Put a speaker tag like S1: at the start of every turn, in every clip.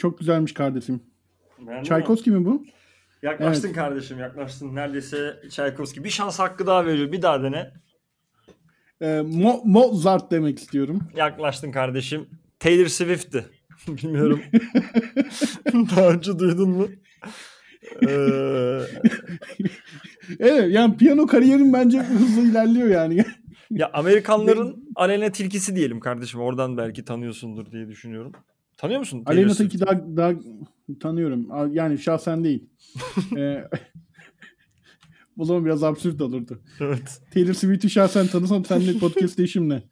S1: Çok güzelmiş kardeşim.
S2: Beğendin mi?
S1: Çaykovski mi bu?
S2: Yaklaştın
S1: Evet.
S2: kardeşim, yaklaştın. Neredeyse Tchaikovsky. Bir şans hakkı daha veriyor. Bir daha dene.
S1: Mozart demek istiyorum.
S2: Yaklaştın kardeşim. Taylor Swift'ti. Bilmiyorum. Daha önce duydun mu?
S1: Evet, yani piyano kariyerim bence hızlı ilerliyor yani.
S2: Ya Amerikanların Aleyna Tilkisi diyelim kardeşim. Oradan belki tanıyorsundur diye düşünüyorum. Tanıyor musun Taylor
S1: Aleyna
S2: Swift?
S1: Tilki daha tanıyorum. Yani şahsen değil. O zaman biraz absürt olurdu.
S2: Evet.
S1: Taylor Swift'i şahsen tanısam seninle podcast'te işim ne?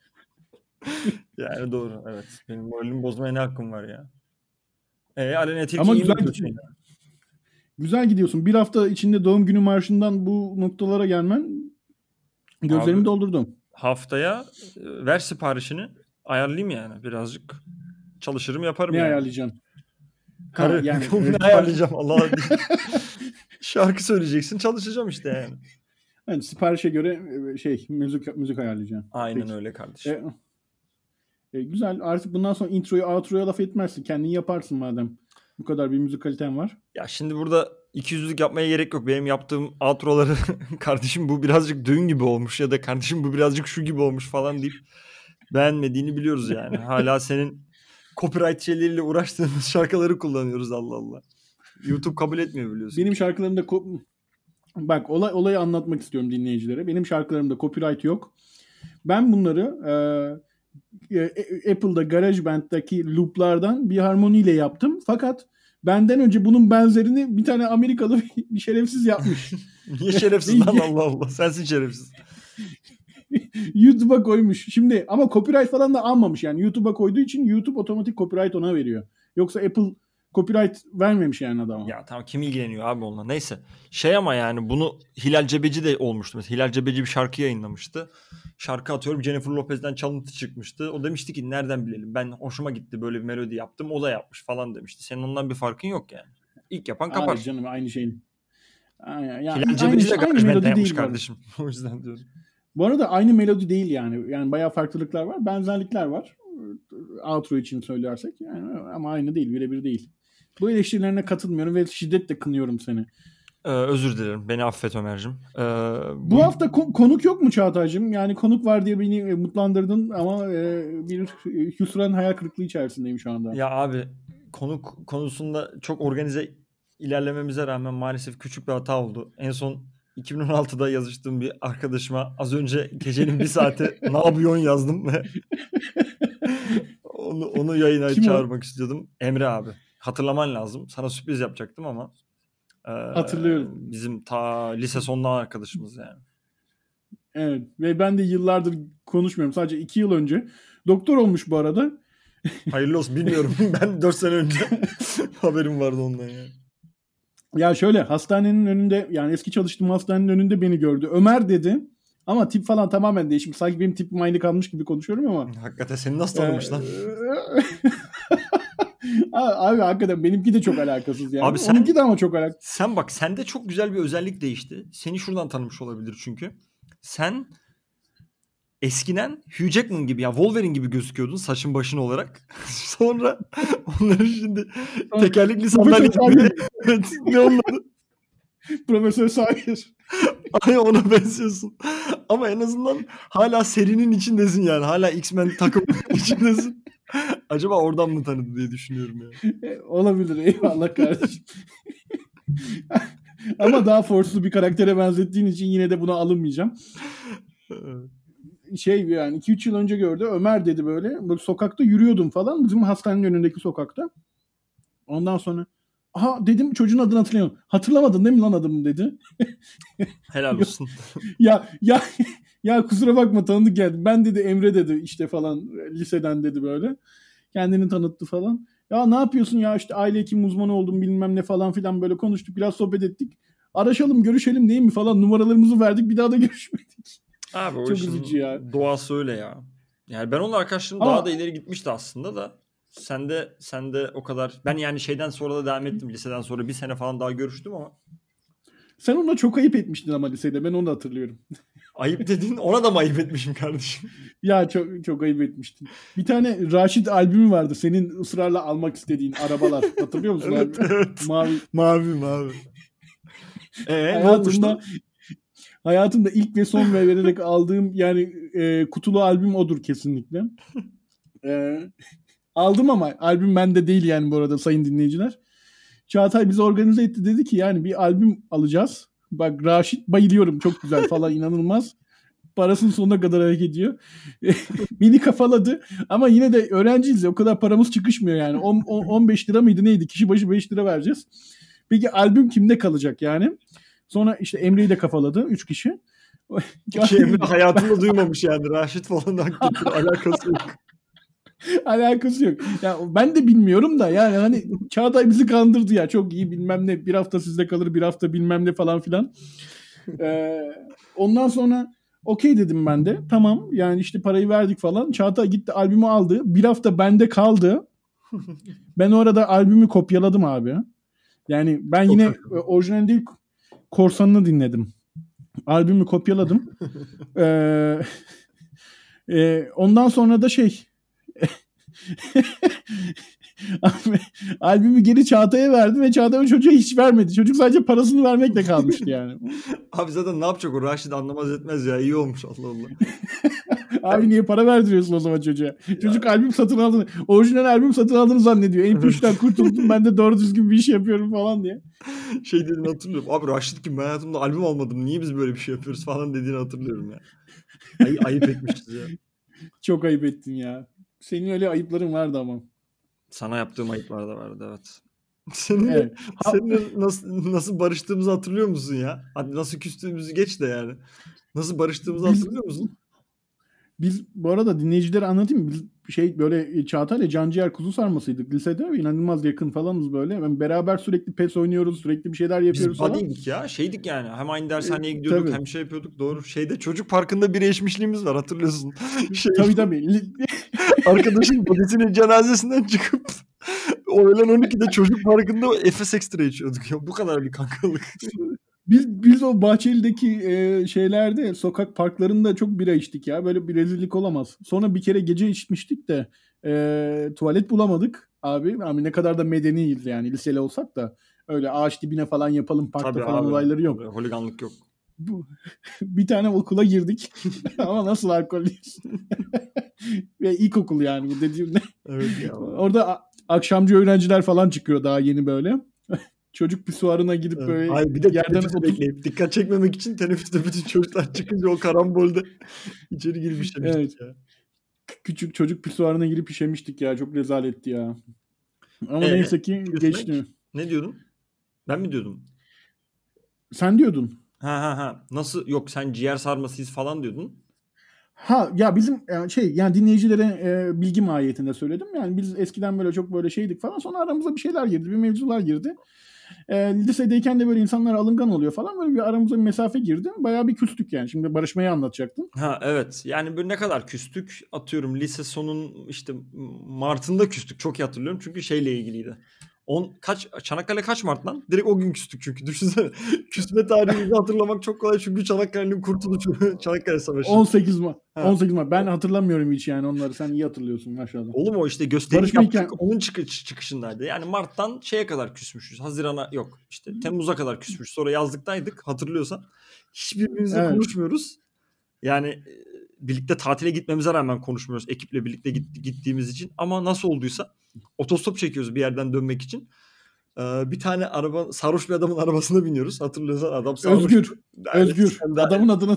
S2: Yani doğru. Evet. Benim moralimi bozmaya ne hakkım var ya? Aleyna Tilki
S1: Ama
S2: iyi mi diyorsun ya?
S1: güzel gidiyorsun. Bir hafta içinde doğum günü marşından bu noktalara gelmen gözlerimi
S2: Abi
S1: doldurdum.
S2: haftaya ver siparişini, ayarlayayım yani. Birazcık çalışırım yaparım
S1: Ne
S2: yani.
S1: ayarlayacaksın? Ha
S2: Karı
S1: yani
S2: ne ayarlayacağım Allah Allah. Şarkı söyleyeceksin, çalışacağım işte yani.
S1: hani siparişe göre müzik ayarlayacaksın.
S2: Aynen
S1: Peki.
S2: öyle kardeşim.
S1: Güzel. Artık bundan sonra introyu, outro'ya laf etmezsin. Kendin yaparsın madem. Bu kadar bir müzik kaliten var.
S2: Ya şimdi burada 200'lük yapmaya gerek yok. Benim yaptığım outro'ları kardeşim bu birazcık düğün gibi olmuş ya da kardeşim bu birazcık şu gibi olmuş falan deyip beğenmediğini biliyoruz yani. Hala senin copyright şeyleriyle uğraştığımız şarkıları kullanıyoruz, Allah Allah. YouTube kabul etmiyor biliyorsun.
S1: Benim şarkılarımda bak olayı anlatmak istiyorum dinleyicilere. Benim şarkılarımda copyright yok. Ben bunları Apple'da GarageBand'daki loop'lardan bir harmoniyle yaptım. Fakat benden önce bunun benzerini bir tane Amerikalı bir şerefsiz yapmış.
S2: Niye şerefsiz lan, Allah Allah. Sensin şerefsiz.
S1: YouTube'a koymuş. Şimdi ama copyright falan da almamış yani. YouTube'a koyduğu için YouTube otomatik copyright ona veriyor. Yoksa Apple copyright vermemiş yani adama.
S2: Ya tamam, kim ilgileniyor abi onunla. Neyse. Ama yani bunu Hilal Cebeci de olmuştu. Mesela Hilal Cebeci bir şarkı yayınlamıştı. Şarkı atıyorum Jennifer Lopez'den çalıntı çıkmıştı. O demişti ki nereden bilelim. Ben hoşuma gitti böyle bir melodi yaptım. O da yapmış falan demişti. Senin ondan bir farkın yok yani. İlk yapan kapar.
S1: Abi canım aynı şeyin. Ya
S2: Hilal Cebeci de
S1: aynı
S2: GarageBand'de
S1: melodi
S2: yapmış
S1: değil bu arada.
S2: kardeşim. O yüzden diyorum.
S1: Bu arada aynı melodi değil yani. Yani bayağı farklılıklar var. Benzerlikler var. Outro için söylersek. Yani, ama aynı değil. Birebir değil. Bu eleştirilerine katılmıyorum ve şiddetle kınıyorum seni.
S2: Özür dilerim. Beni affet Ömer'cim.
S1: Bu hafta konuk yok mu Çağatay'cığım? Yani konuk var diye beni mutlandırdın ama bir hüsran hayal kırıklığı içerisindeyim şu anda.
S2: Ya abi konuk konusunda çok organize ilerlememize rağmen maalesef küçük bir hata oldu. En son 2016'da yazıştığım bir arkadaşıma az önce gecenin bir saati ne yapıyorsun yazdım ve onu yayına
S1: Kim o?
S2: çağırmak istiyordum. Emre abi. Hatırlaman lazım. Sana sürpriz yapacaktım ama
S1: Hatırlıyorum.
S2: bizim ta lise sondan arkadaşımız yani.
S1: Evet ve ben de yıllardır konuşmuyorum. Sadece 2 yıl önce. Doktor olmuş bu arada.
S2: Hayırlı olsun, bilmiyorum. Ben 4 sene önce haberim vardı ondan yani.
S1: Ya şöyle hastanenin önünde, yani eski çalıştığım hastanenin önünde beni gördü. Ömer dedi. Ama tip falan tamamen değişmiş. Sanki benim tipim aynı kalmış gibi konuşuyorum ama.
S2: Hakikaten seni nasıl tanımış lan?
S1: Abi hakikaten benimki de çok alakasız yani.
S2: Abi
S1: Onunki de ama çok alakasız.
S2: Sen bak, sende çok güzel bir özellik değişti. Seni şuradan tanımış olabilir çünkü. Sen eskiden Hugh Jackman gibi, ya Wolverine gibi gözüküyordun saçın başın olarak. Sonra onları şimdi tekerlekli sandalye gibi. Evet, ne onun adı?
S1: Profesör Sayır.
S2: Ay, ona benziyorsun. Ama en azından hala serinin içindesin yani. Hala X-Men takımının içindesin. Acaba oradan mı tanıdı diye düşünüyorum ya.
S1: Olabilir, eyvallah kardeşim. Ama daha forslu bir karaktere benzettiğin için yine de buna alınmayacağım. Yani 2-3 yıl önce gördü. Ömer dedi böyle sokakta yürüyordum falan. Bizim hastanenin önündeki sokakta. Ondan sonra aha dedim, çocuğun adını hatırlıyorum. Hatırlamadın değil mi lan adımı dedi.
S2: Helal olsun.
S1: ya kusura bakma, tanıdık geldi. Ben dedi Emre dedi işte falan, liseden dedi böyle. Kendini tanıttı falan. Ya ne yapıyorsun ya, işte aile hekim uzmanı oldum bilmem ne falan filan, böyle konuştuk. Biraz sohbet ettik. Araşalım, görüşelim değil mi falan, numaralarımızı verdik. Bir daha da görüşmedik.
S2: Abi o
S1: Çok
S2: işin
S1: üzücü ya.
S2: doğası öyle ya. Yani ben onunla arkadaşlığım
S1: Ama
S2: daha da ileri gitmişti aslında da. Sende o kadar. Ben yani şeyden sonra da devam ettim. Liseden sonra bir sene falan daha görüştüm ama.
S1: sen onunla çok ayıp etmiştin ama lisede. Ben onu da hatırlıyorum.
S2: Ayıp dedin, ona da mı ayıp etmişim kardeşim?
S1: Ya çok çok ayıp etmiştin. Bir tane Raşit albümü vardı. Senin ısrarla almak istediğin arabalar. Hatırlıyor musun
S2: Evet,
S1: abi?
S2: evet.
S1: Mavi.
S2: Mavi. Ne olmuştu?
S1: Hayatımda ilk ve son vererek aldığım yani kutulu albüm odur kesinlikle. E, Aldım ama albüm bende değil yani bu arada sayın dinleyiciler. Çağatay bizi organize etti, dedi ki yani bir albüm alacağız. Bak Raşit bayılıyorum, çok güzel falan, inanılmaz. Parasının sonuna kadar hareket ediyor. Beni kafaladı ama yine de öğrenciyiz ya, o kadar paramız çıkışmıyor yani. 15 lira mıydı neydi? Kişi başı 5 lira vereceğiz. Peki albüm kimde kalacak yani? Sonra işte Emre'yi de kafaladı 3 kişi.
S2: Emre hayatında duymamış yani. Raşit falan hakikaten alakası yok.
S1: Alakası yok. Ya ben de bilmiyorum da yani hani Çağatay bizi kandırdı ya. Çok iyi bilmem ne. Bir hafta sizde kalır, bir hafta bilmem ne falan filan. Ondan sonra okey dedim ben de. Tamam yani işte parayı verdik falan. Çağatay gitti albümü aldı. Bir hafta bende kaldı. Ben orada albümü kopyaladım abi. Yani ben yine orijinal değil korsanını dinledim. Albümü kopyaladım. Ondan sonra da albümü geri Çağatay'a verdi ve Çağatay o çocuğa hiç vermedi. Çocuk sadece parasını vermekle kalmıştı yani.
S2: Abi zaten ne yapacak o? Raşit anlamaz etmez ya. İyi olmuş, Allah Allah.
S1: Abi niye para verdiriyorsun o zaman çocuğa? Çocuk albüm satın aldığını, orijinal albüm satın aldığını zannediyor. MP3'ten kurtuldum, ben de doğru düzgün bir iş yapıyorum falan diye.
S2: Dediğini hatırlıyorum. Abi Raşit kim? Ben hayatımda albüm almadım. Niye biz böyle bir şey yapıyoruz falan dediğini hatırlıyorum ya. Ayıp etmişiz ya.
S1: Çok ayıp ettin ya. Senin öyle ayıpların vardı ama.
S2: Sana yaptığım ayıplar da vardı, evet. Seninle nasıl barıştığımızı hatırlıyor musun ya? Hadi nasıl küstüğümüzü geç de yani. Nasıl barıştığımızı hatırlıyor musun?
S1: Biz bu arada dinleyicilere anlatayım mı? Biz böyle Çağatay'la canciğer kuzu sarmasıydık lisede ve inanılmaz yakın falanız böyle. Yani beraber sürekli PES oynuyoruz, sürekli bir şeyler yapıyoruz
S2: Biz
S1: falan.
S2: buddy'ydik ya. Şeydik yani. Hem aynı dershaneye gidiyorduk
S1: Tabii.
S2: hem şey yapıyorduk. Doğru. Çocuk parkında bira içmişliğimiz var, hatırlıyorsun.
S1: Tabii.
S2: Arkadaşın buddy'sinin cenazesinden çıkıp öğlen 12'de çocuk parkında Efes Extra içiyorduk ya. Bu kadar bir kankalık.
S1: Biz o Bahçeli'deki şeylerde, sokak parklarında çok bira içtik ya. Böyle bir rezillik olamaz. Sonra bir kere gece içmiştik de tuvalet bulamadık abi. Abi ne kadar da medeniyiz yani, liseli olsak da. Öyle ağaç dibine falan yapalım parkta
S2: Tabii
S1: falan
S2: abi.
S1: olayları yok.
S2: Holiganlık yok.
S1: Bir tane okula girdik. Ama nasıl alkollüyüz? Ve ilkokul yani bu dediğimde.
S2: Evet ya.
S1: Orada akşamcı öğrenciler falan çıkıyor daha yeni böyle. Çocuk pisuarına gidip böyle
S2: Hayır, bir de
S1: yerden
S2: bekleyip dikkat çekmemek için teneffüste bütün çocuklar çıkınca o karambolde içeri girmiş demiştik
S1: evet.
S2: ya.
S1: Küçük çocuk pisuarına girip işemiştik ya. Çok rezaletti ya. Ama neyse ki geçti.
S2: Ne diyordun? Ben mi diyordum?
S1: Sen diyordun.
S2: Ha. Nasıl? Yok, sen ciğer sarmasıyız falan diyordun.
S1: Ha ya bizim yani dinleyicilere bilgi mahiyetinde söyledim. Yani biz eskiden böyle çok böyle şeydik falan. Sonra aramıza bir şeyler girdi. Bir mevzular girdi. Lisedeyken de böyle insanlar alıngan oluyor falan. Böyle bir aramıza bir mesafe girdi. Bayağı bir küstük yani. Şimdi barışmayı anlatacaktım.
S2: Ha evet. Yani böyle ne kadar küstük? Atıyorum lise sonun işte Mart'ında küstük. Çok iyi hatırlıyorum. Çünkü şeyle ilgiliydi. Çanakkale kaç Mart lan? Direkt o gün küstük çünkü. Düşünsene. Küsme tarihimizi hatırlamak çok kolay çünkü Çanakkale'nin kurtuluşu. Çanakkale Savaşı.
S1: 18 Mart. 18 Mart. Ben hatırlamıyorum hiç yani onları. Sen iyi hatırlıyorsun maşallah.
S2: Oğlum o işte gösteri yaptık. Onun çıkışındaydı. Yani Mart'tan şeye kadar küsmüşüz. Haziran'a yok. İşte Temmuz'a kadar küsmüş. Sonra yazlıktaydık hatırlıyorsan. Hiçbirimizle konuşmuyoruz. Yani birlikte tatile gitmemize rağmen konuşmuyoruz. Ekiple birlikte gittiğimiz için. Ama nasıl olduysa otostop çekiyoruz bir yerden dönmek için. Bir tane sarhoş bir adamın arabasına biniyoruz. Hatırlıyorsan adam sarhoş.
S1: Özgür. Adamın adını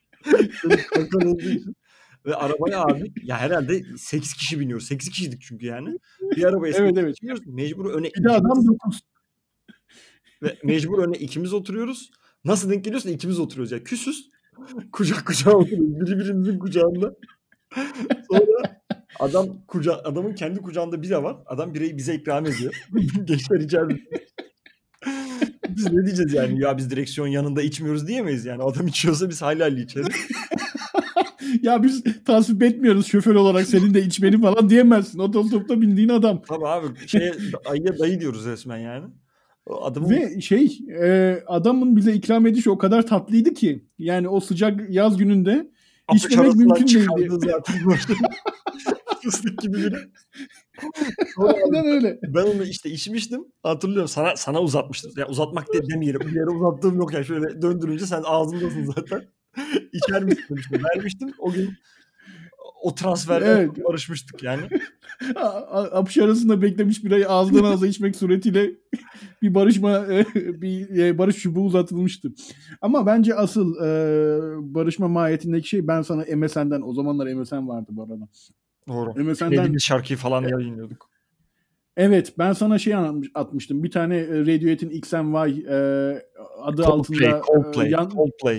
S2: Ve arabaya abi ya herhalde 8 kişi biniyoruz. 8 kişiydik çünkü yani. Bir arabaya 8 kişi biniyoruz. Mecbur öne
S1: bir de adam 9.
S2: Ve mecbur öne ikimiz oturuyoruz. Nasıl denk geliyorsa ikimiz oturuyoruz ya. Küsüz. Kucak kucağa oturuyoruz. Biri birimizin kucağında. Sonra adamın kendi kucağında bira var. Adam birayı bize ikram ediyor. Gençler içer. Biz ne diyeceğiz yani? Ya biz direksiyon yanında içmiyoruz diyemeyiz yani. Adam içiyorsa biz hayli içeriz.
S1: Ya biz tasvip etmiyoruz şoför olarak senin de içmeni falan diyemezsin. Otostopta bindiğin adam.
S2: Tabii abi ayıya dayı diyoruz resmen yani. O adamın
S1: Ve adamın bize ikram edişi o kadar tatlıydı ki. Yani o sıcak yaz gününde
S2: ateş
S1: içmemek
S2: arasından
S1: mümkün değildi.
S2: çıkardığı zaten böyle fıstık gibi biri. Sonra abi
S1: Aynen öyle.
S2: ben onu işte içmiştim. Hatırlıyorum. Sana uzatmıştım. Ya uzatmak demeyelim. Bir yere uzattığım yok yani. Şöyle döndürünce sen ağzımdasın zaten. İçer misin demiştim. Vermiştim. O gün o transferden
S1: Evet.
S2: sonra barışmıştık yani.
S1: Apış arasında beklemiş birayı ağızdan ağza içmek suretiyle bir barışma barış çubuğu uzatılmıştı. Ama bence asıl barışma mahiyetindeki şey, ben sana MSN'den, o zamanlar MSN vardı bu arada.
S2: Doğru.
S1: MSN'den
S2: Dinlediğimiz şarkıyı falan yayınlıyorduk.
S1: evet, ben sana atmıştım. Bir tane Radiohead'in XNY adı
S2: Coldplay,
S1: altında
S2: Coldplay, Coldplay.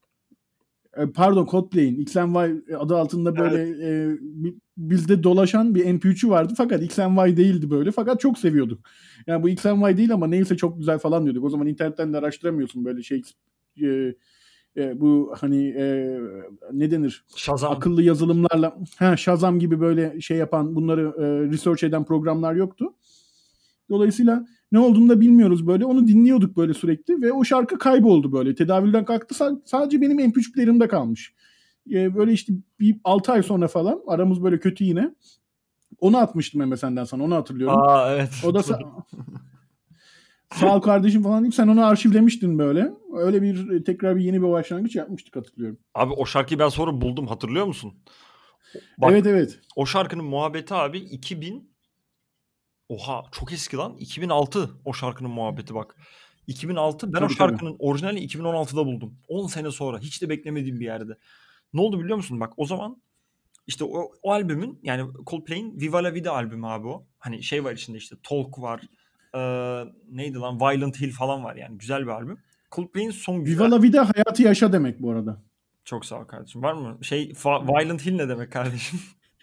S1: pardon, Coldplay'in XNY adı altında böyle
S2: Evet.
S1: bizde dolaşan bir MP3'ü vardı. Fakat XNY değildi böyle. Fakat çok seviyorduk. Yani bu XNY değil ama neyse çok güzel falan diyorduk. O zaman internetten de araştıramıyorsun böyle şey, e, bu hani ne denir?
S2: Shazam.
S1: Akıllı yazılımlarla Shazam gibi böyle şey yapan, bunları research eden programlar yoktu. Dolayısıyla ne olduğunu da bilmiyoruz böyle. Onu dinliyorduk böyle sürekli ve o şarkı kayboldu böyle. Tedavülden kalktı. Sadece benim MP3 player'ımda kalmış. Böyle işte bir 6 ay sonra falan, aramız böyle kötü yine. Onu atmıştım MSN'den sana. Onu hatırlıyorum.
S2: Aa evet.
S1: O da sağ ol kardeşim falan deyip sen onu arşivlemiştin böyle. Öyle bir tekrar bir yeni bir başlangıç yapmıştık, hatırlıyorum.
S2: Abi o şarkıyı ben sonra buldum. Hatırlıyor musun? Bak
S1: Evet, evet.
S2: o şarkının muhabbeti abi 2000. Oha çok eski lan. 2006 o şarkının muhabbeti bak. 2006 ben o
S1: Tabii, tabii.
S2: şarkının orijinalini 2016'da buldum. 10 sene sonra hiç de beklemediğim bir yerde. Ne oldu biliyor musun? Bak o zaman işte o albümün yani Coldplay'in Viva La Vida albümü abi o. Hani şey var içinde işte Talk var. Neydi lan? Violent Hill falan var yani. Güzel bir albüm. Coldplay'in son güzel.
S1: Viva la vida hayatı yaşa demek bu arada.
S2: Çok sağ ol kardeşim. Var mı? Violent Hill ne demek kardeşim?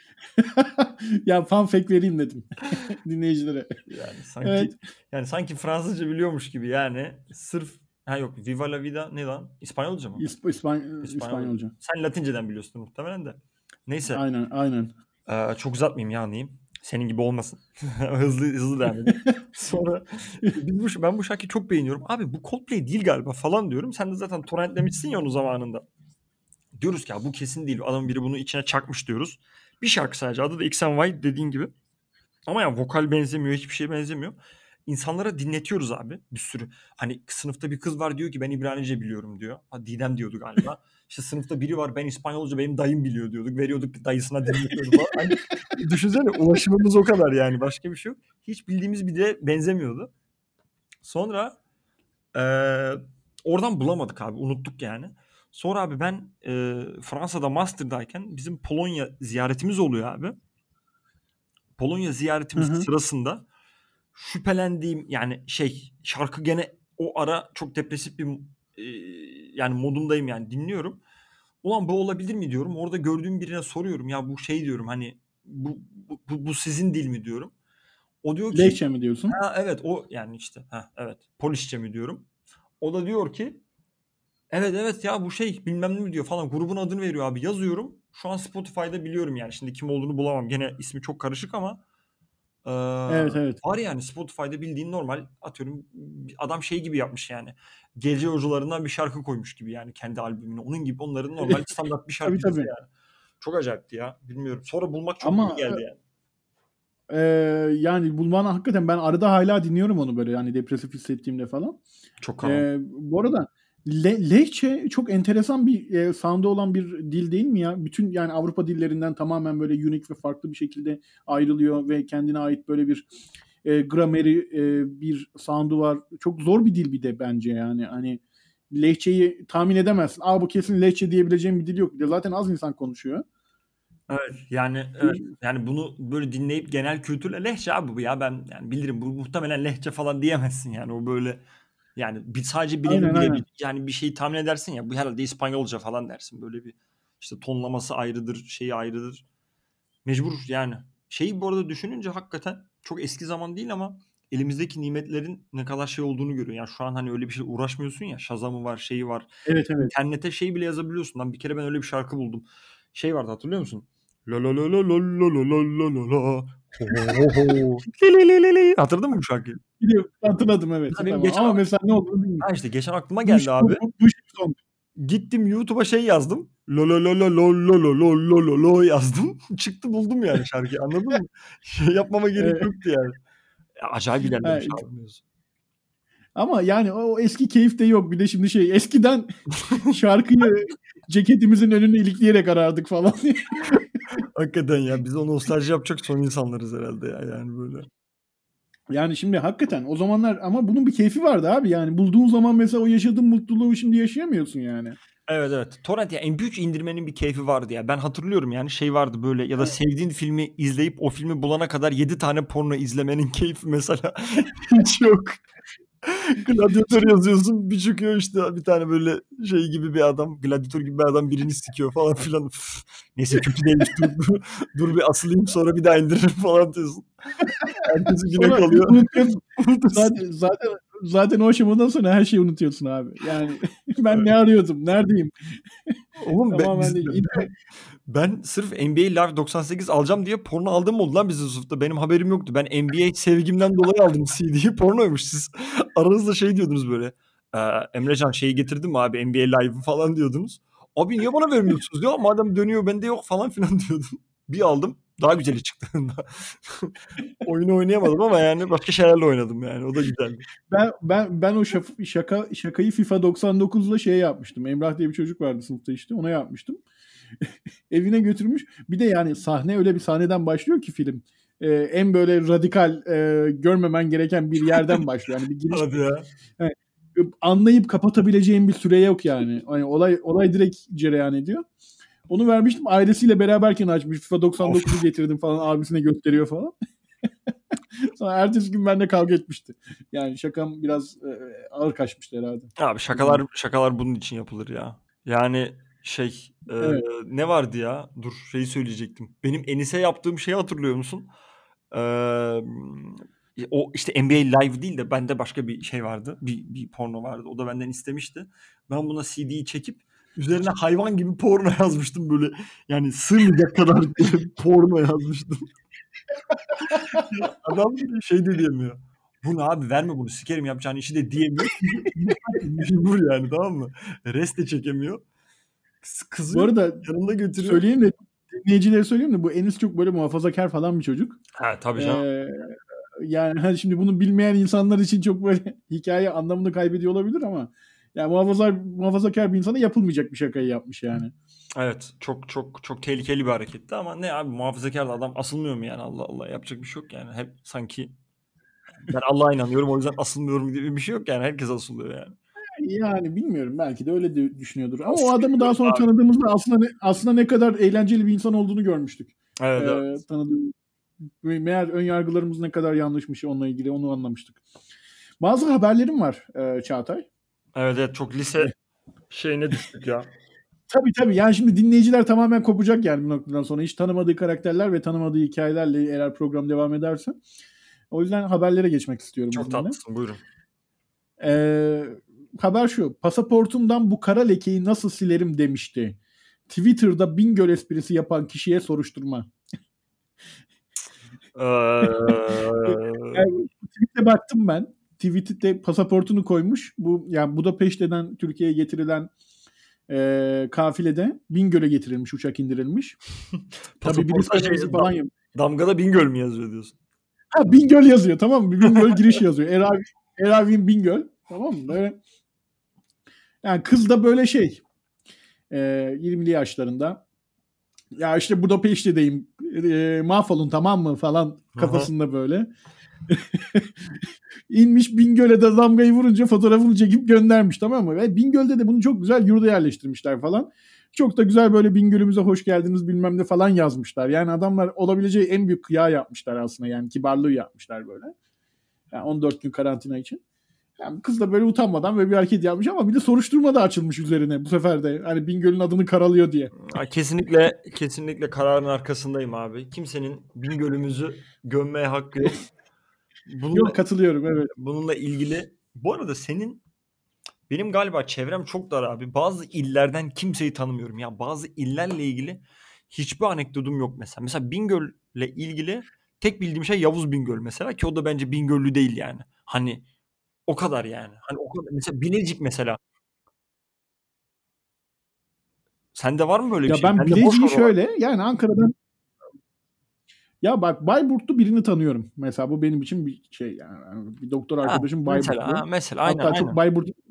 S1: Ya fun fact vereyim dedim dinleyicilere.
S2: Yani
S1: Evet.
S2: sanki Fransızca biliyormuş gibi yani sırf yok Viva la Vida ne lan? İspanyolca mı? İspanyolca.
S1: İspanyolca.
S2: Sen Latinceden biliyorsun muhtemelen de. Neyse
S1: Aynen, aynen.
S2: çok uzatmayayım ya anlayayım. Senin gibi olmasın. Hızlı hızlı devam edelim. Sonra ben bu şarkıyı çok beğeniyorum. Abi bu Coldplay değil galiba falan diyorum. Sen de zaten torrentlemişsin ya onu zamanında. Diyoruz ki ya bu kesin değil. Adamın biri bunu içine çakmış diyoruz. Bir şarkı sadece. Adı da X and Y dediğin gibi. Ama ya vokal benzemiyor, hiçbir şey benzemiyor. İnsanlara dinletiyoruz abi bir sürü. Hani sınıfta bir kız var diyor ki ben İbranice biliyorum diyor. Ha, Didem diyordu galiba. İşte sınıfta biri var ben İspanyolca benim dayım biliyor diyorduk. Veriyorduk dayısına dinletiyordu falan. Hani düşünsene ulaşımımız o kadar yani başka bir şey yok. Hiç bildiğimiz bir dile benzemiyordu. Sonra oradan bulamadık abi unuttuk yani. Sonra abi ben Fransa'da master'dayken bizim Polonya ziyaretimiz oluyor abi. Polonya
S1: Hı
S2: ziyaretimiz
S1: hı.
S2: sırasında şüphelendiğim yani şarkı gene o ara çok depresif bir e, yani modumdayım yani dinliyorum. Ulan bu olabilir mi diyorum. Orada gördüğüm birine soruyorum. Ya bu diyorum hani bu sizin dil mi diyorum. O diyor ki
S1: Lehçe mi diyorsun?
S2: ha evet o yani işte ha evet Polisçe mi diyorum. O da diyor ki evet evet ya bu bilmem ne mi diyor falan grubun adını veriyor abi yazıyorum. Şu an Spotify'da biliyorum yani şimdi kim olduğunu bulamam. Gene ismi çok karışık ama Eee,
S1: Evet, evet.
S2: var yani Spotify'da bildiğin normal atıyorum adam gibi yapmış yani. Gece yolcularından bir şarkı koymuş gibi yani kendi albümüne. Onun gibi onların normal standart bir
S1: Tabii,
S2: şarkıcısı
S1: tabii.
S2: yani. Çok acayipti ya. Bilmiyorum. Sonra bulmak çok iyi
S1: Ama
S2: geldi yani.
S1: e, yani bulmana hakikaten, ben arada hala dinliyorum onu böyle, yani depresif hissettiğimde falan.
S2: Çok karanlık.
S1: Bu arada Lehçe çok enteresan bir sound'u olan bir dil değil mi ya? Bütün yani Avrupa dillerinden tamamen böyle unique ve farklı bir şekilde ayrılıyor ve kendine ait böyle bir grameri, bir sound'u var. Çok zor bir dil bir de bence yani. Hani Lehçeyi tahmin edemezsin. Bu kesin Lehçe diyebileceğim bir dil yok. Zaten az insan konuşuyor.
S2: Evet yani evet. Yani bunu böyle dinleyip genel kültürle lehçe abi bu ya ben yani bilirim bu muhtemelen lehçe falan diyemezsin yani o böyle yani sadece bilenin
S1: Aynen,
S2: bilebilir
S1: aynen.
S2: yani bir şeyi tahmin edersin ya bu herhalde İspanyolca falan dersin böyle bir işte tonlaması ayrıdır şeyi ayrıdır. Mecbur yani. Bu arada düşününce hakikaten çok eski zaman değil ama elimizdeki nimetlerin ne kadar olduğunu görüyor. Yani şu an hani öyle bir şey uğraşmıyorsun ya. Shazam'ı var, şeyi var.
S1: Evet, evet.
S2: İnternete bile yazabiliyorsun. Lan bir kere ben öyle bir şarkı buldum. Vardı hatırlıyor musun? La la la la la la la la la la la. Ho ho ho. Li li li li li. Hatırladın mı bu şarkıyı?
S1: Biliyorum, hatırladım evet.
S2: Mesela benim
S1: Tamam.
S2: geçen
S1: Ama mesela ne olduğunu bilmiyorum.
S2: ha işte geçen aklıma
S1: Bu,
S2: geldi abi.
S1: bu son.
S2: Gittim YouTube'a şey yazdım. Lo lo lo lo lo lo lo lo lo lo lo yazdım. Çıktı buldum yani şarkıyı. Anladın mı? Şey yapmama gerek
S1: Evet.
S2: yoktu yani. Acayip ilerlemiş
S1: Ha,
S2: abi mevzu.
S1: ama yani o eski keyif de yok. Bir de şimdi şey eskiden şarkıyı ceketimizin önünü ilikleyerek arardık falan.
S2: Hakikaten ya biz o nostalji yapacak son insanlarız herhalde ya yani böyle.
S1: Yani şimdi hakikaten o zamanlar ama bunun bir keyfi vardı abi. Yani bulduğun zaman mesela o yaşadığın mutluluğu şimdi yaşayamıyorsun yani.
S2: Evet evet. Torrent ya MP3 indirmenin bir keyfi vardı ya. Ben hatırlıyorum yani şey vardı böyle ya da sevdiğin filmi izleyip o filmi bulana kadar 7 tane porno izlemenin keyfi mesela hiç yok. Gladyatör yazıyorsun bir çıkıyor işte bir tane böyle şey gibi bir adam gladyatör gibi bir adam birini sikiyor falan filan. Üf, neyse kötü değilmiş dur bir asılayım sonra bir daha indiririm falan diyorsun. Ertesi güne
S1: Sonra
S2: kalıyor.
S1: unutuyorsun.
S2: Unutursun.
S1: Zaten o aşamadan sonra her şeyi unutuyorsun abi. Yani ben ne arıyordum? Neredeyim?
S2: Oğlum
S1: Tamamen değil.
S2: ben sırf NBA Live 98 alacağım diye porno aldığım oldu lan bizim sınıfta. Benim haberim yoktu. Ben NBA sevgimden dolayı aldım CD'yi. Pornoymuş siz. Aranızda şey diyordunuz böyle. Emrecan şeyi getirdin mi abi NBA Live'ı falan diyordunuz. Abi niye bana vermiyorsunuz ya? Madem dönüyor bende yok falan filan diyordum. Bir aldım. Daha güzeli çıktı. Oyunu oynayamadım ama yani başka şeylerle oynadım yani. O da güzeldi.
S1: Ben o şakayı FIFA 99'la şey yapmıştım. Emrah diye bir çocuk vardı sınıfta işte. Ona yapmıştım. Evine götürmüş. Bir de yani sahne öyle bir sahneden başlıyor ki film. En böyle radikal görmemen gereken bir yerden başlıyor. Yani bir giriş.
S2: Hadi ya.
S1: Yani, anlayıp kapatabileceğin bir süre yok yani. Hani olay direkt cereyan ediyor. Onu vermiştim. Ailesiyle beraberken açmış. FIFA 99'u getirdim falan. Abisine gösteriyor falan. Sonra ertesi gün benimle kavga etmişti. Yani şakam biraz ağır kaçmıştı herhalde.
S2: Abi şakalar bunun için yapılır ya. Yani şey
S1: Evet.
S2: ne vardı ya? Dur şeyi söyleyecektim. Benim Enis'e yaptığım şeyi hatırlıyor musun? O işte NBA Live değil de bende başka bir şey vardı. Bir porno vardı. O da benden istemişti. Ben buna CD'yi çekip üzerine hayvan gibi porno yazmıştım böyle. Yani sığmayacak kadar porno yazmıştım. Adam şey de diyemiyor. Bu ne abi verme bunu sikerim yapacağın işi de diyemiyor. Mecbur yani tamam mı? Rest de çekemiyor.
S1: Bu
S2: Kızı
S1: arada
S2: yanında götürüyor.
S1: söyleyeyim de dinleyicilere söyleyeyim de bu Enis çok böyle muhafazakar falan bir çocuk.
S2: Ha tabii canım.
S1: Yani hani şimdi bunu bilmeyen insanlar için çok böyle hikaye anlamını kaybediyor olabilir ama yani muhafazakar bir insana yapılmayacak bir şakayı yapmış yani.
S2: Evet çok çok çok tehlikeli bir hareketti ama ne abi muhafazakar da adam asılmıyor mu yani Allah Allah yapacak bir şey yok yani. Hep sanki ben Allah'a inanıyorum o yüzden asılmıyorum gibi bir şey yok yani herkes asılıyor yani.
S1: Yani bilmiyorum belki de öyle düşünüyordur. Ama o adamı daha
S2: Asılmıyorum
S1: sonra
S2: abi.
S1: tanıdığımızda aslında ne kadar eğlenceli bir insan olduğunu görmüştük.
S2: Evet evet.
S1: Tanıdığım. Meğer ön yargılarımız ne kadar yanlışmış onunla ilgili onu anlamıştık. Bazı haberlerim var Çağatay.
S2: Evet evet çok lise şeyine düştük ya.
S1: Tabii yani şimdi dinleyiciler tamamen kopacak yani bu noktadan sonra. Hiç tanımadığı karakterler ve tanımadığı hikayelerle eğer program devam ederse. O yüzden haberlere geçmek istiyorum
S2: Çok
S1: izninle.
S2: tatlısın buyurun.
S1: Haber şu. Pasaportumdan bu kara lekeyi nasıl silerim demişti. Twitter'da Bingöl esprisi yapan kişiye soruşturma. Yani tweet'e baktım ben. Tweet'te pasaportunu koymuş. Bu yani Budapeşte'den Türkiye'ye getirilen kafilede Bingöl'e getirilmiş, uçak indirilmiş. Tabii bir liste analizi falan yapıyor.
S2: Damgada Bingöl mü yazıyor diyorsun?
S1: Ha, Bingöl yazıyor tamam mı? Bingöl giriş yazıyor. Eravin Bingöl tamam mı? Böyle yani kız da böyle şey 20'li yaşlarında ya işte Budapeşte'deyim mahvolun tamam mı falan kafasında böyle. İnmiş Bingöl'e de damgayı vurunca fotoğrafını çekip göndermiş tamam mı? Ve Bingöl'de de bunu çok güzel yurda yerleştirmişler falan. Çok da güzel böyle Bingöl'ümüze hoş geldiniz bilmem ne falan yazmışlar. Yani adamlar olabileceği en büyük kıyağı yapmışlar aslında yani kibarlığı yapmışlar böyle. Yani 14 gün karantina için. Yani kız da böyle utanmadan böyle bir hareket yapmış ama bir de soruşturma da açılmış üzerine bu sefer de. Hani Bingöl'ün adını karalıyor diye.
S2: Kesinlikle kararın arkasındayım abi. Kimsenin Bingöl'ümüzü gömmeye hakkı yok.
S1: Yok katılıyorum evet.
S2: Bununla ilgili bu arada benim galiba çevrem çok dar abi. Bazı illerden kimseyi tanımıyorum. Ya bazı illerle ilgili hiçbir anekdotum yok mesela. Mesela Bingöl'le ilgili tek bildiğim şey Yavuz Bingöl mesela, ki o da bence Bingöllü değil yani. Hani o kadar yani. Hani o kadar. Mesela Bilecik mesela. Sende var mı böyle bir
S1: Ya
S2: şey?
S1: ben
S2: Bende boş
S1: Bilecik'i
S2: oralar.
S1: şöyle yani Ankara'dan ya bak Bayburtlu birini tanıyorum. Mesela bu benim için bir şey yani bir doktor
S2: Ha,
S1: arkadaşım
S2: mesela
S1: Bayburtlu.
S2: ha, mesela aynen
S1: Hatta çok
S2: aynen.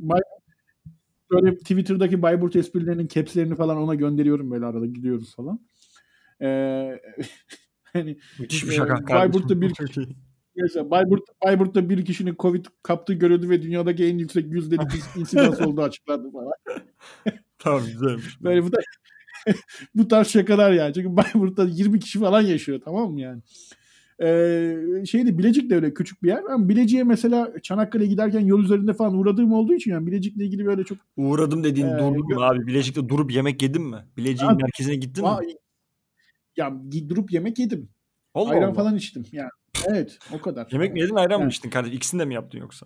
S1: böyle Twitter'daki Bayburt esprilerinin caps'lerini falan ona gönderiyorum böyle arada gidiyoruz falan. Ee, hani
S2: Müthiş bir şaka kardeşim.
S1: Bayburt'ta bir
S2: Çok iyi.
S1: mesela Bayburt'ta bir kişinin Covid kaptığı görüldü ve dünyadaki en yüksek %'lik insidans olduğu açıklandı falan.
S2: Tamam, güzelmiş.
S1: Böyle bu tarz şakalar yani. Çünkü Bayburt'ta 20 kişi falan yaşıyor, tamam mı yani? Bilecik de öyle küçük bir yer. Ama Bilecik'e mesela Çanakkale'ye giderken yol üzerinde falan uğradığım olduğu için yani Bilecik'le ilgili böyle çok
S2: Uğradım
S1: e,
S2: dediğin durdun mu
S1: gö-
S2: abi? Bilecik'te durup yemek yedin mi? Bilecik'in
S1: Ha,
S2: merkezine gittin mi?
S1: ya durup yemek yedim.
S2: Allah
S1: Ayran
S2: Allah.
S1: falan içtim yani. Evet, o kadar.
S2: Yemek mi yedin, ayran mı
S1: Yani
S2: içtin kardeşim? İkisini de mi yaptın yoksa?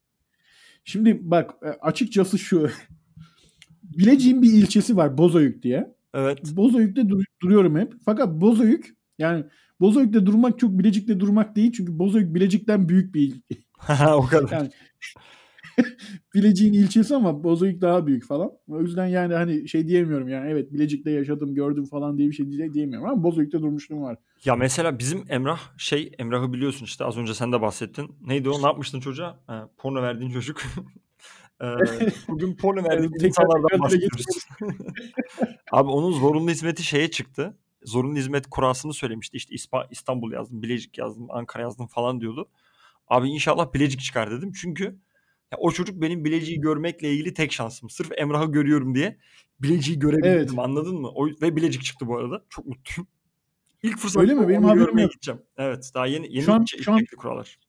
S1: şimdi bak açıkçası şu Bilecik'in bir ilçesi var Bozüyük diye.
S2: Evet.
S1: Bozüyük'te duruyorum hep. Fakat Bozüyük yani Bozüyük'te durmak çok Bilecik'te durmak değil. Çünkü Bozüyük Bilecik'ten büyük bir il.
S2: O kadar.
S1: Yani Bilecik'in ilçesi ama Bozüyük daha büyük falan. O yüzden yani hani şey diyemiyorum yani evet Bilecik'te yaşadım gördüm falan diye bir şey diyemiyorum ama Bozüyük'te durmuşluğum var.
S2: Ya mesela bizim Emrah Emrah'ı biliyorsun işte, az önce sen de bahsettin. Neydi o? Ne yapmıştın çocuğa? Porno verdiğin çocuk. Eee, Bugün porno
S1: Yani
S2: verdiğimiz
S1: tekrar
S2: insanlardan
S1: tekrar dile
S2: bahsediyoruz.
S1: getiriyoruz.
S2: Abi onun zorunlu hizmeti çıktı. Zorunlu hizmet kurasını söylemişti. İşte İstanbul yazdım, Bilecik yazdım, Ankara yazdım falan diyordu. Abi inşallah Bilecik çıkar dedim. Çünkü ya o çocuk benim Bilecik'i görmekle ilgili tek şansım. Sırf Emrah'ı görüyorum diye Bilecik'i görebildim,
S1: Evet.
S2: anladın mı? Ve Bilecik çıktı bu arada. Çok mutluyum. İlk
S1: Öyle
S2: fırsatta
S1: mi? Benim
S2: onu
S1: haberim
S2: görmeye
S1: yok.
S2: gideceğim. Evet, daha
S1: Şu
S2: yeni
S1: an şu an
S2: çekti kuralar.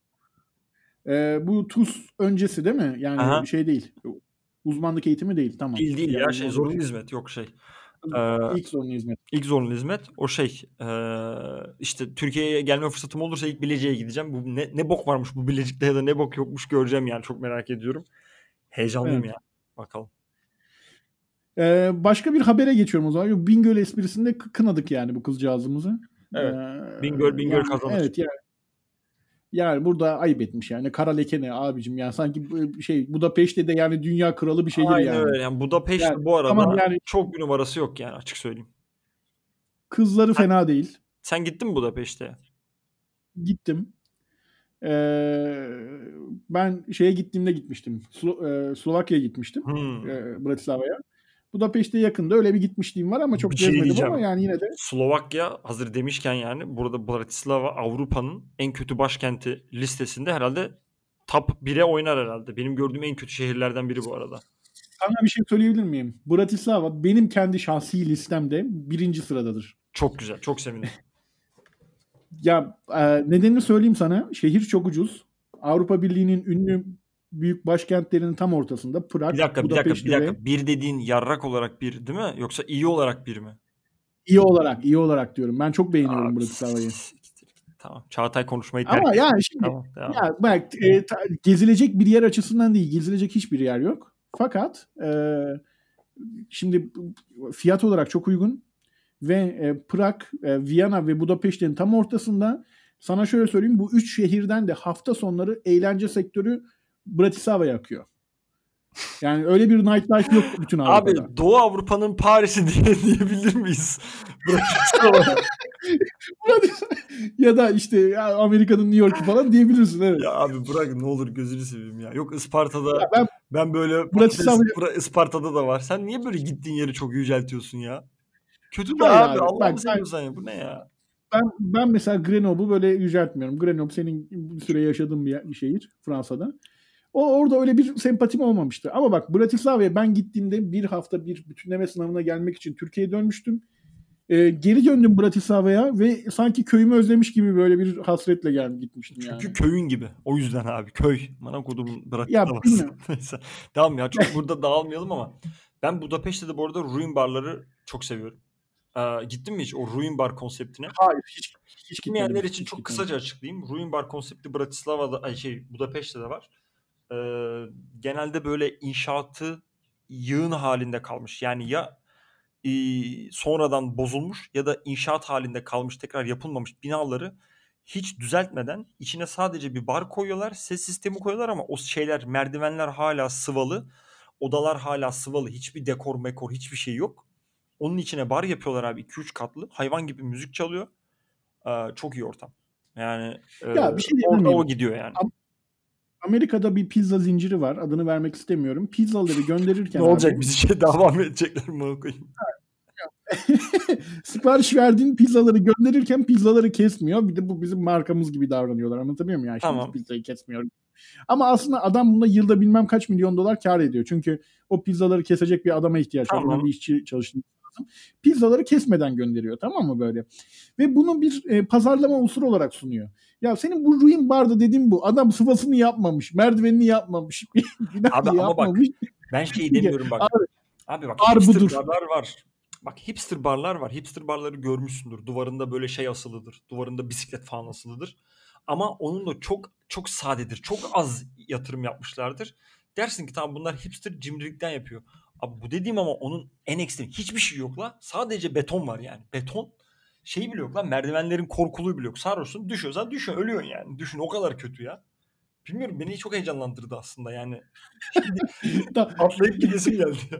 S1: bu TUS öncesi değil mi? Yani
S2: Aha.
S1: şey değil. Uzmanlık eğitimi değil. Tamam.
S2: Değil değil
S1: Yani
S2: ya,
S1: uzmanlık
S2: zorunlu hizmet yok Ee,
S1: ilk zorunlu hizmet.
S2: ilk zorunlu hizmet o işte Türkiye'ye gelme fırsatım olursa ilk Bilecik'e gideceğim. Bu ne bok varmış bu Bilecik'te ya da ne bok yokmuş göreceğim yani, çok merak ediyorum. Heyecanlıyım
S1: Evet.
S2: ya. Bakalım.
S1: Başka bir habere geçiyorum o zaman. Bingöl esprisinde kınadık yani bu kızcağızımızı. Ee,
S2: Evet. Bingöl
S1: yani
S2: kazanır.
S1: evet yani burada ayıp etmiş yani. Kara leke ne abicim yani sanki Budapeşte de yani dünya kralı bir şehir
S2: Aynen
S1: yani.
S2: öyle. Yani Budapeşte
S1: Yani
S2: bu arada
S1: tamam yani
S2: çok bir numarası yok yani, açık söyleyeyim.
S1: kızları
S2: Sen,
S1: fena değil.
S2: sen gittin mi Budapeşte'ye?
S1: Gittim. Ee, ben şeye gittiğimde gitmiştim. Slovakya'ya gitmiştim.
S2: Hmm.
S1: Bratislava'ya. Budapeşte yakında öyle bir gitmişliğim var ama çok
S2: Bir şey
S1: gezmedim
S2: diyeceğim.
S1: ama yani yine de
S2: Slovakya hazır demişken, yani burada Bratislava Avrupa'nın en kötü başkenti listesinde herhalde top 1'e oynar herhalde. Benim gördüğüm en kötü şehirlerden biri bu arada.
S1: sana bir şey söyleyebilir miyim? Bratislava benim kendi şahsi listemde birinci sıradadır.
S2: Çok güzel. Çok sevindim.
S1: Ya nedenini söyleyeyim sana. Şehir çok ucuz. Avrupa Birliği'nin ünlü büyük başkentlerinin tam ortasında.
S2: Bir
S1: Prag,
S2: dakika, bir dakika, bir
S1: Budapeşte ve
S2: dakika. Bir dediğin yarrak olarak bir değil mi? Yoksa iyi olarak bir mi?
S1: iyi olarak diyorum. Ben çok beğeniyorum
S2: Abi
S1: Bratislava'yı.
S2: siktir. Tamam. Çağatay konuşmayı terk
S1: Ama yani
S2: etti.
S1: şimdi
S2: Tamam, devam et.
S1: ya bak gezilecek bir yer açısından değil, gezilecek hiçbir yer yok. Fakat şimdi fiyat olarak çok uygun ve Prag, Viyana ve Budapeşte'nin tam ortasında. Sana şöyle söyleyeyim, bu üç şehirden de hafta sonları eğlence sektörü Bratislava'ya akıyor. Yani öyle bir nightlife yok bütün Avrupa'da.
S2: Abi Doğu Avrupa'nın Paris'i diyebilir miyiz? Bratislava.
S1: Ya da işte ya Amerika'nın New York'u falan diyebilirsin, evet.
S2: Ya abi bırak ne olur, gözünü seveyim ya. Yok Isparta'da
S1: Ya ben
S2: ben böyle patates
S1: Bratislava'ya
S2: Isparta'da da var. Sen niye böyle gittiğin yeri çok yüceltiyorsun ya? Kötü de
S1: şöyle
S2: abi,
S1: abi.
S2: Allah
S1: Bak
S2: mı seviyorsan ya, bu ne ya?
S1: ben mesela Grenoble'u böyle yüceltmiyorum. Grenoble senin bir süre yaşadığın bir şehir Fransa'da. Orada öyle bir sempatim olmamıştı. Ama bak Bratislava'ya ben gittiğimde bir hafta bir bütünleme sınavına gelmek için Türkiye'ye dönmüştüm. Geri döndüm Bratislava'ya ve sanki köyümü özlemiş gibi böyle bir hasretle gitmiştim yani.
S2: Çünkü köyün gibi. O yüzden abi, köy. Bana kodumun
S1: Ya
S2: Bratislava'sı.
S1: bilmiyorum.
S2: Neyse. Tamam ya, çok burada dağılmayalım ama ben Budapeşte'de de bu arada ruin barları çok seviyorum. Gittin mi hiç o ruin bar konseptine?
S1: Hayır, hiç
S2: Bilmeyenler
S1: gitmedim.
S2: için
S1: Hiç
S2: çok
S1: gitmedim.
S2: kısaca açıklayayım. Ruin bar konsepti Bratislava'da, Budapeşte'de var. Genelde böyle inşaatı yığın halinde kalmış. Yani ya sonradan bozulmuş ya da inşaat halinde kalmış, tekrar yapılmamış binaları hiç düzeltmeden içine sadece bir bar koyuyorlar, ses sistemi koyuyorlar ama o şeyler, merdivenler hala sıvalı, odalar hala sıvalı, hiçbir dekor mekor hiçbir şey yok. Onun içine bar yapıyorlar abi, 2-3 katlı, hayvan gibi müzik çalıyor. Çok iyi ortam. Yani
S1: Ya bir şey diyebilir
S2: orada o
S1: miyim?
S2: gidiyor yani.
S1: Amerika'da bir pizza zinciri var. Adını vermek istemiyorum. Pizzaları
S2: Ne
S1: gönderirken
S2: olacak,
S1: abi
S2: bizi devam edecekler mi koyayım?
S1: sipariş verdiğin pizzaları gönderirken pizzaları kesmiyor. Bir de bu bizim markamız gibi davranıyorlar. Anlatabiliyor muyum? Yani işte biz
S2: Tamam.
S1: pizzayı kesmiyoruz. Ama aslında adam bunda yılda bilmem kaç milyon dolar kar ediyor. Çünkü o pizzaları kesecek bir adama ihtiyaç var. Ona
S2: Tamam.
S1: bir işçi çalıştırması lazım. Pizzaları kesmeden gönderiyor, tamam mı böyle? Ve bunu bir pazarlama unsuru olarak sunuyor. Ya senin bu ruin barda dediğin bu. Adam sıvasını yapmamış, merdivenini yapmamış,
S2: Abi
S1: binayı
S2: ama bak,
S1: yapmamış.
S2: ben şeyi demiyorum bak.
S1: Abi,
S2: Abi bak,
S1: bar
S2: hipster
S1: budur.
S2: barlar var. Bak, hipster barlar var. Hipster barları görmüşsündür. Duvarında böyle şey asılıdır. Duvarında bisiklet falan asılıdır. Ama onun da çok çok sadedir. Çok az yatırım yapmışlardır. Dersin ki tamam, bunlar hipster cimrilikten yapıyor. Abi bu dediğim ama onun en ekstrem. Hiçbir şey yok la. Sadece beton var yani. Beton şeyi bile yok lan. Merdivenlerin korkuluğu bile yok. Sarhoşsun, düşüyorsan düşün, ölüyorsun yani. Düşün, o kadar kötü ya. Bilmiyorum, beni çok heyecanlandırdı aslında yani. Şimdi atlayıp gidesim geldi ya.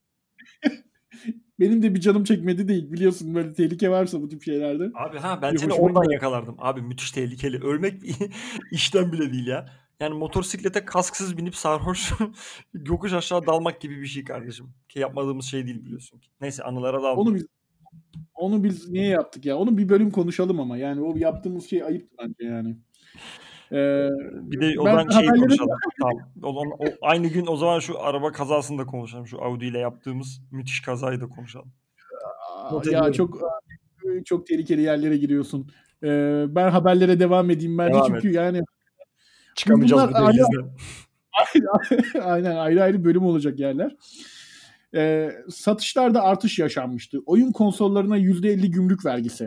S1: Benim de bir canım çekmedi değil. Biliyorsun böyle tehlike varsa bu tip şeylerde.
S2: Abi ben
S1: Bir
S2: seni
S1: hoşuma
S2: oradan
S1: gider.
S2: yakalardım. Abi müthiş tehlikeli. Ölmek işten bile değil ya. Yani motosiklete kasksız binip sarhoş yokuş aşağı dalmak gibi bir şey kardeşim. Ki yapmadığımız şey değil, biliyorsun ki. Neyse, anılara
S1: Onu
S2: daldım.
S1: biz onu biz niye yaptık ya? Onu bir bölüm konuşalım ama. Yani o yaptığımız şey ayıptı bence yani. Ee,
S2: Bir de o
S1: ben
S2: zaman şeyi
S1: haberleri
S2: konuşalım. Tamam. Aynı gün o zaman şu araba kazasını da konuşalım. Şu Audi ile yaptığımız müthiş kazayı da konuşalım. Not
S1: ya
S2: ediyorum.
S1: çok tehlikeli yerlere giriyorsun. Ben haberlere devam edeyim bence
S2: Devam et.
S1: çünkü yani
S2: Çıkamayacağız
S1: bunlar
S2: bu dehlizden.
S1: aynen ayrı ayrı bölüm olacak yerler. Satışlarda artış yaşanmıştı. Oyun konsollarına %50 gümrük vergisi.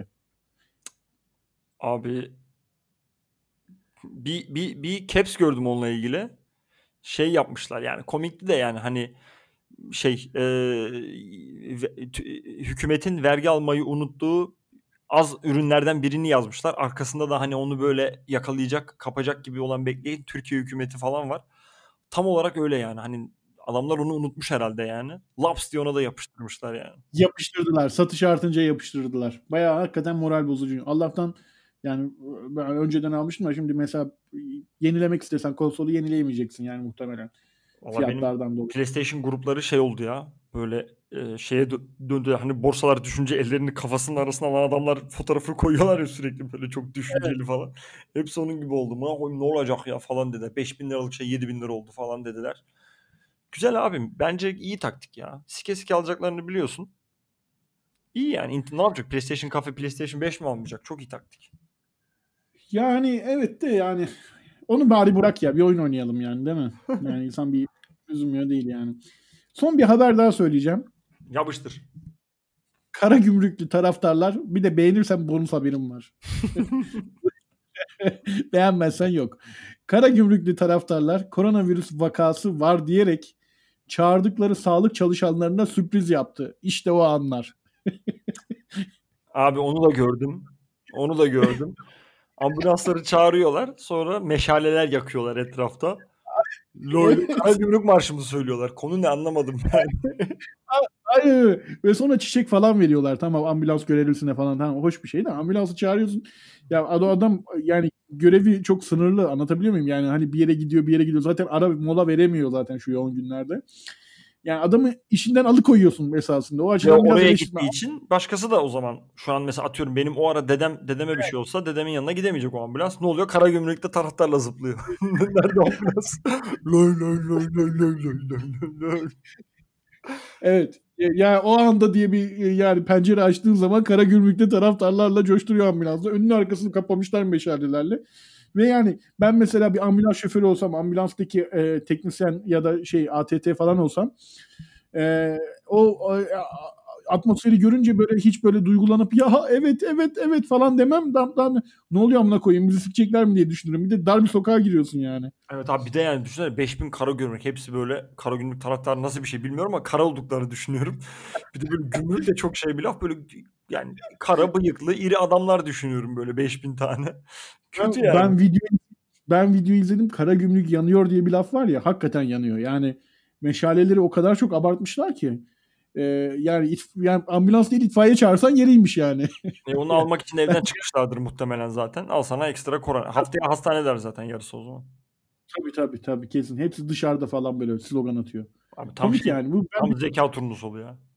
S2: Abi bir caps gördüm onunla ilgili. Şey yapmışlar yani, komikti de yani, hani hükümetin vergi almayı unuttuğu az ürünlerden birini yazmışlar. Arkasında da hani onu böyle yakalayacak, kapacak gibi olan bekleyin Türkiye hükümeti falan var. Tam olarak öyle yani. Hani adamlar onu unutmuş herhalde yani. Laps diye ona da yapıştırmışlar yani.
S1: Yapıştırdılar. Satış artınca yapıştırdılar. Bayağı hakikaten moral bozucu. Allah'tan yani ben önceden almıştım da şimdi mesela yenilemek istesen konsolu yenileyemeyeceksin yani muhtemelen.
S2: Valla benim
S1: Fiyatlardan dolayı.
S2: PlayStation grupları şey oldu ya. Böyle şeye döndü. Hani borsalar düşünce ellerini kafasının arasına alan adamlar fotoğrafı koyuyorlar ya sürekli, böyle çok düşünceli falan. Hepsi onun gibi oldu. Ne olacak ya falan dediler. 5.000 liralık şey 7.000 lira oldu falan dediler. Güzel abim. Bence iyi taktik ya. Sike sike alacaklarını biliyorsun. İyi yani. Ne yapacak? PlayStation Cafe PlayStation 5 mi almayacak? Çok iyi taktik.
S1: Yani evet de yani onu bari bırak ya bir oyun oynayalım yani değil mi? Yani insan bir üzülmüyor değil yani. Son bir haber daha söyleyeceğim.
S2: Yapıştır.
S1: Karagümrüklü taraftarlar bir de beğenirsen bonus haberim var. Beğenmezsen yok. Karagümrüklü taraftarlar koronavirüs vakası var diyerek çağırdıkları sağlık çalışanlarına sürpriz yaptı. İşte o anlar.
S2: Abi onu da gördüm. Onu da gördüm. Ambulansları çağırıyorlar. Sonra meşaleler yakıyorlar etrafta. LOL
S1: Evet.
S2: Karagümrük Marşı mı söylüyorlar? Konu ne, anlamadım ben.
S1: Aynen. Ve sonra çiçek falan veriyorlar. Tamam ambulans görevlisine falan. Tamam hoş bir şey de ambulansı çağırıyorsun. Ya adam yani görevi çok sınırlı. Anlatabiliyor muyum? Yani hani bir yere gidiyor bir yere gidiyor. Zaten ara mola veremiyor zaten şu yoğun günlerde. Yani adamı işinden alıkoyuyorsun esasında. O
S2: Ve
S1: açıdan biraz
S2: oraya
S1: eleştirme.
S2: gittiği için başkası da o zaman, şu an mesela atıyorum benim o ara dedeme bir şey olsa dedemin yanına gidemeyecek o ambulans. Ne oluyor? Karagümrük'te taraftarla zıplıyor. Nerede ambulans? Loy loy loy loy loy loy loy loy.
S1: Evet. Yani o anda diye bir yani pencere açtığın zaman Karagümrük'te taraftarlarla coşturuyor ambulansı. Önünü arkasını kapamışlar meşalelerle. Ve yani ben mesela bir ambulans şoförü olsam, ambulanstaki teknisyen ya da ATT falan olsam e, o atmosferi görünce böyle hiç böyle duygulanıp ya evet evet evet falan demem. Ben ne oluyor amına koyayım bizi sikecekler mi diye düşünürüm. Bir de dar bir sokağa giriyorsun yani.
S2: Evet abi bir de yani düşünsene 5000 kara gümrük. Hepsi böyle kara gümrük taraftarı nasıl bir şey bilmiyorum ama kara olduklarını düşünüyorum. Bir de böyle gümrük de çok şey bir laf. Böyle yani kara bıyıklı iri adamlar düşünüyorum böyle 5000 tane. Kötü
S1: Ben,
S2: yani.
S1: ben video ben video izledim. Kara gümrük yanıyor diye bir laf var ya. Hakikaten yanıyor. Yani meşaleleri o kadar çok abartmışlar ki. Ee, yani ambulans değil itfaiye çağırsan yeriymiş yani.
S2: Onu almak için evden çıkmışlardır muhtemelen zaten. Al sana ekstra korona. Haftaya hastaneler zaten yarısı o zaman.
S1: Tabii kesin. Hepsi dışarıda falan böyle slogan atıyor.
S2: Abi tam
S1: Komik
S2: şey
S1: yani. Bu ben
S2: tam zeka turnusu oluyor ya.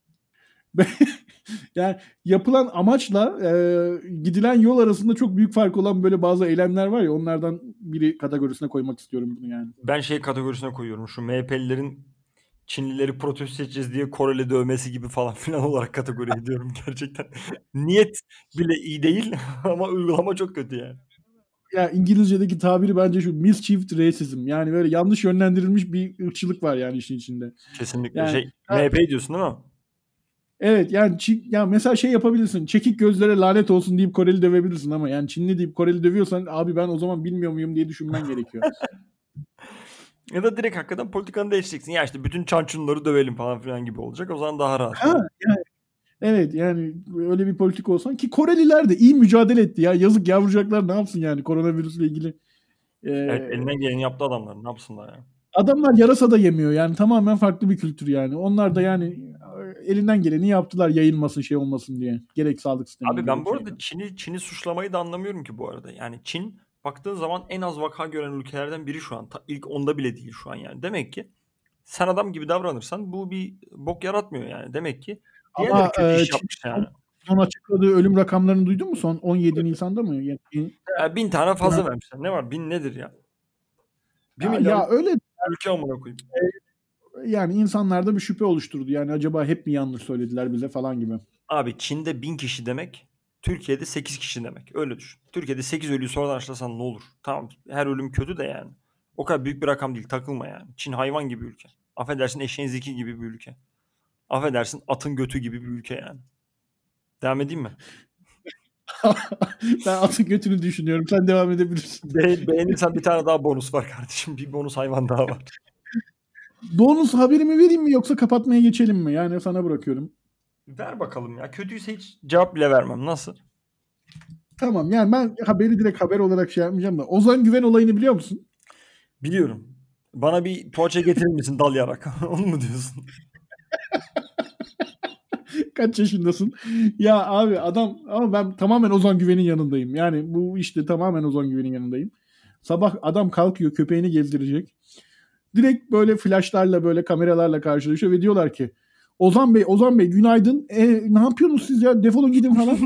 S1: yani yapılan amaçla gidilen yol arasında çok büyük fark olan böyle bazı eylemler var ya onlardan biri kategorisine koymak istiyorum bunu yani.
S2: Ben şey kategorisine koyuyorum. Şu MHP'lilerin Çinlileri protesto edeceğiz diye Koreli dövmesi gibi falan filan olarak kategori ediyorum gerçekten. Niyet bile iyi değil ama uygulama çok kötü yani.
S1: Ya İngilizce'deki tabiri bence şu mischieved racism. Yani böyle yanlış yönlendirilmiş bir ırkçılık var yani işin içinde.
S2: Kesinlikle.
S1: Yani
S2: Şey MHP diyorsun değil mi?
S1: evet yani ya mesela şey yapabilirsin. Çekik gözlere lanet olsun deyip Koreli dövebilirsin ama yani Çinli deyip Koreli dövüyorsan abi ben o zaman bilmiyor muyum diye düşünmen gerekiyor.
S2: Ya da direkt hakikaten politikanı değiştireceksin. Ya işte bütün Çançunları dövelim falan filan gibi olacak. O zaman daha rahat
S1: Ha
S2: yani.
S1: yani evet yani öyle bir politik olsan ki Koreliler de iyi mücadele etti ya. Yazık yavrucaklar ne yapsın yani koronavirüsle ilgili.
S2: Evet
S1: Ee,
S2: elinden geleni yaptı adamlar. Ne yapsınlar ya?
S1: adamlar yarasa da yemiyor yani tamamen farklı bir kültür yani. Onlar da yani elinden geleni yaptılar yayılmasın şey olmasın diye. Gerek sağlık sistemine
S2: Abi ben
S1: gerek
S2: bu arada
S1: şeyden.
S2: Çin'i suçlamayı da anlamıyorum ki bu arada. Yani Çin baktığın zaman en az vaka gören ülkelerden biri şu an. İlk onda bile değil şu an yani. Demek ki sen adam gibi davranırsan bu bir bok yaratmıyor yani. Demek ki diğerleri
S1: Ama
S2: kötü iş
S1: Çin
S2: yapmış yani.
S1: son açıkladığı ölüm rakamlarını duydun mu? Son 17 Nisan'da mı? Yani,
S2: 1000 tane fazla vermişler. Ne var? 1000 nedir ya? Bir
S1: ya
S2: milyarlık
S1: öyle
S2: ülke amına koyayım.
S1: yani insanlarda bir şüphe oluşturdu. Yani acaba hep mi yanlış söylediler bize falan gibi.
S2: Abi Çin'de 1000 kişi demek, Türkiye'de 8 kişi demek. Öyle düşün. Türkiye'de 8 ölüyü sonradan aşılasan ne olur? Tamam her ölüm kötü de yani. O kadar büyük bir rakam değil. Takılma yani. Çin hayvan gibi ülke. Affedersin eşeğin zeki gibi bir ülke. Affedersin atın götü gibi bir ülke yani. Devam edeyim mi?
S1: Ben atın götünü düşünüyorum. Sen devam edebilirsin.
S2: Beğenirsen bir tane daha bonus var kardeşim. Bir bonus hayvan daha var.
S1: Bonus haberimi vereyim mi yoksa kapatmaya geçelim mi? Yani sana bırakıyorum.
S2: Ver bakalım ya. Kötüyse hiç cevap bile vermem. Nasıl?
S1: Tamam yani ben haberi direkt haber olarak şey yapmayacağım da. Ozan Güven olayını biliyor musun?
S2: Biliyorum. Bana bir poğaça getirir misin dal yarak? Onu mu diyorsun?
S1: Kaç yaşındasın? Ya abi adam ama ben tamamen Ozan Güven'in yanındayım. Yani bu işte tamamen Ozan Güven'in yanındayım. Sabah adam kalkıyor köpeğini gezdirecek. Direkt böyle flaşlarla böyle kameralarla karşılaşıyor ve diyorlar ki Ozan Bey günaydın. Ne yapıyorsunuz siz ya? Defolun gidin falan.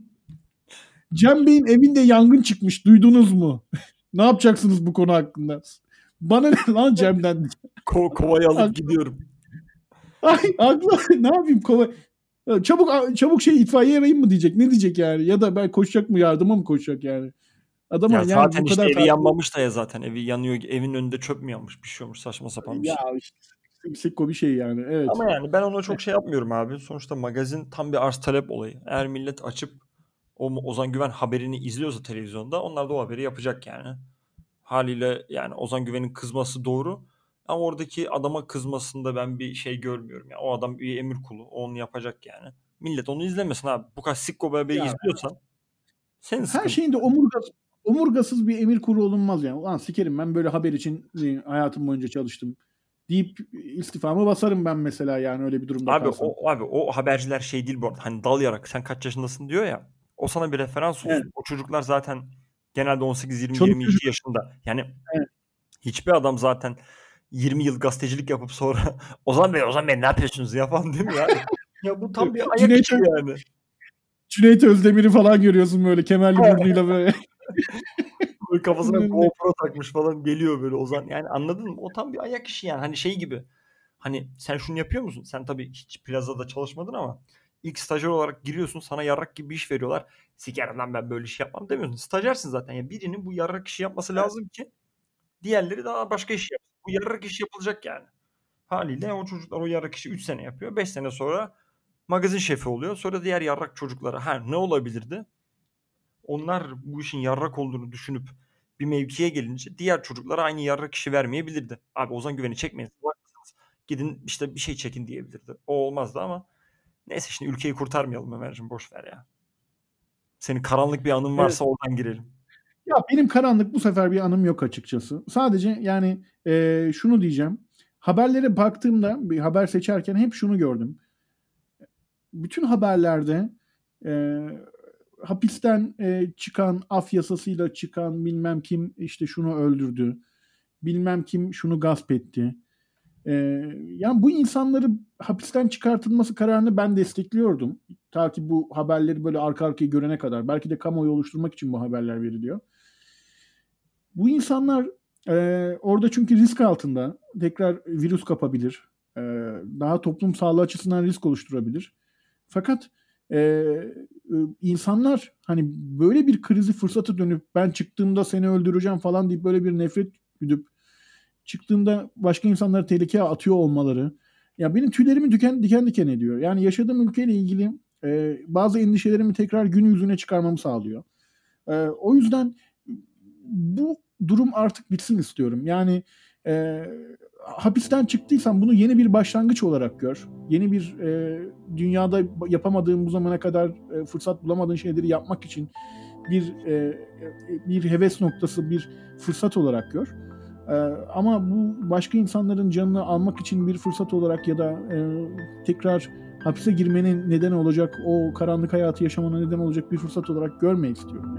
S1: Cem Bey'in evinde yangın çıkmış. Duydunuz mu? Ne yapacaksınız bu konu hakkında? Bana ne lan Cem'den?
S2: Kovayı alıp gidiyorum.
S1: Ay aklı ne yapayım kova. Çabuk şey itfaiye arayayım mı diyecek. Ne diyecek yani? Ya da ben koşacak mı yardıma mı koşacak yani? Adama
S2: Ya
S1: yani
S2: zaten
S1: bu
S2: işte
S1: kadar
S2: evi
S1: tarzı
S2: yanmamış da ya zaten. Evi yanıyor. Evin önünde çöp mü yanmış? Bir şey olmuş. Saçma sapan bir
S1: ya
S2: şey.
S1: işte sikko bir şey yani. Evet.
S2: Ama yani ben ona çok şey yapmıyorum abi. Sonuçta magazin tam bir arz talep olayı. Eğer millet açıp o Ozan Güven haberini izliyorsa televizyonda onlar da o haberi yapacak yani. Haliyle yani Ozan Güven'in kızması doğru. Ama oradaki adama kızmasında ben bir şey görmüyorum. Yani o adam bir emir kulu. O onu yapacak yani. Millet onu izlemesin abi. Bu kadar sikko bir haberi
S1: Ya
S2: izliyorsan senin
S1: her
S2: sıkıntın.
S1: şeyin de omurgasız bir emir kuru olunmaz yani. Ulan sikerim ben böyle haber için hayatım boyunca çalıştım deyip istifamı basarım ben mesela yani öyle bir durumda kalsam.
S2: Abi o haberciler şey değil bu arada. Hani dal yarak sen kaç yaşındasın diyor ya. O sana bir referans
S1: Evet.
S2: olsun. O çocuklar zaten genelde 18, 20,
S1: Çoluk çocuk.
S2: 22 yaşında. Yani
S1: Evet.
S2: hiçbir adam zaten 20 yıl gazetecilik yapıp sonra Ozan Bey ne yapıyorsunuz ya falan değil mi ya? Ya bu tam bir ayak
S1: Cüneyt,
S2: işi yani.
S1: Cüneyt Özdemir'i falan görüyorsun böyle kemerli burnuyla böyle.
S2: Böyle kafasına GoPro takmış falan geliyor böyle Ozan. Yani anladın mı? O tam bir ayak işi yani. Hani şey gibi. Hani sen şunu yapıyor musun? Sen tabii hiç plazada çalışmadın ama ilk stajyer olarak giriyorsun. Sana yarrak gibi bir iş veriyorlar. Sikerim lan ben böyle iş yapmam demiyorsun. Stajyersin zaten. Yani birinin bu yarrak işi yapması lazım ki diğerleri daha başka iş yapsın. Bu yarrak iş yapılacak yani. Haliyle o çocuklar o yarrak işi 3 sene yapıyor. 5 sene sonra magazin şefi oluyor. Sonra diğer yarrak çocuklara ne olabilirdi? Onlar bu işin yarrak olduğunu düşünüp bir mevkiye gelince diğer çocuklara aynı yarrak işi vermeyebilirdi. Abi Ozan Güven'i çekmeyin. Gidin işte bir şey çekin diyebilirdi. O olmazdı ama neyse, şimdi ülkeyi kurtarmayalım Ömerciğim, boş ver ya. Senin karanlık bir anın
S1: Evet.
S2: varsa oradan girelim.
S1: Ya benim karanlık bu sefer bir anım yok açıkçası. Sadece yani şunu diyeceğim. Haberlere baktığımda bir haber seçerken hep şunu gördüm. Bütün haberlerde e, hapisten çıkan, af yasasıyla çıkan bilmem kim işte şunu öldürdü, bilmem kim şunu gasp etti. E, Yani bu insanları hapisten çıkartılması kararını ben destekliyordum. Ta ki bu haberleri böyle arka arkaya görene kadar. Belki de kamuoyu oluşturmak için bu haberler veriliyor. Bu insanlar orada çünkü risk altında tekrar virüs kapabilir. E, Daha toplum sağlığı açısından risk oluşturabilir. Fakat insanlar hani böyle bir krizi fırsatı dönüp ben çıktığımda seni öldüreceğim falan deyip böyle bir nefret güdüp çıktığında başka insanları tehlikeye atıyor olmaları ya benim tüylerimi diken diken ediyor. Yani yaşadığım ülkeyle ilgili bazı endişelerimi tekrar gün yüzüne çıkarmamı sağlıyor. O yüzden bu durum artık bitsin istiyorum. Yani e, hapisten çıktıysan bunu yeni bir başlangıç olarak gör. Yeni bir dünyada yapamadığın bu zamana kadar fırsat bulamadığın şeyleri yapmak için bir heves noktası, bir fırsat olarak gör. E, Ama bu başka insanların canını almak için bir fırsat olarak ya da tekrar hapise girmenin neden olacak, o karanlık hayatı yaşamana neden olacak bir fırsat olarak görmek istiyorum.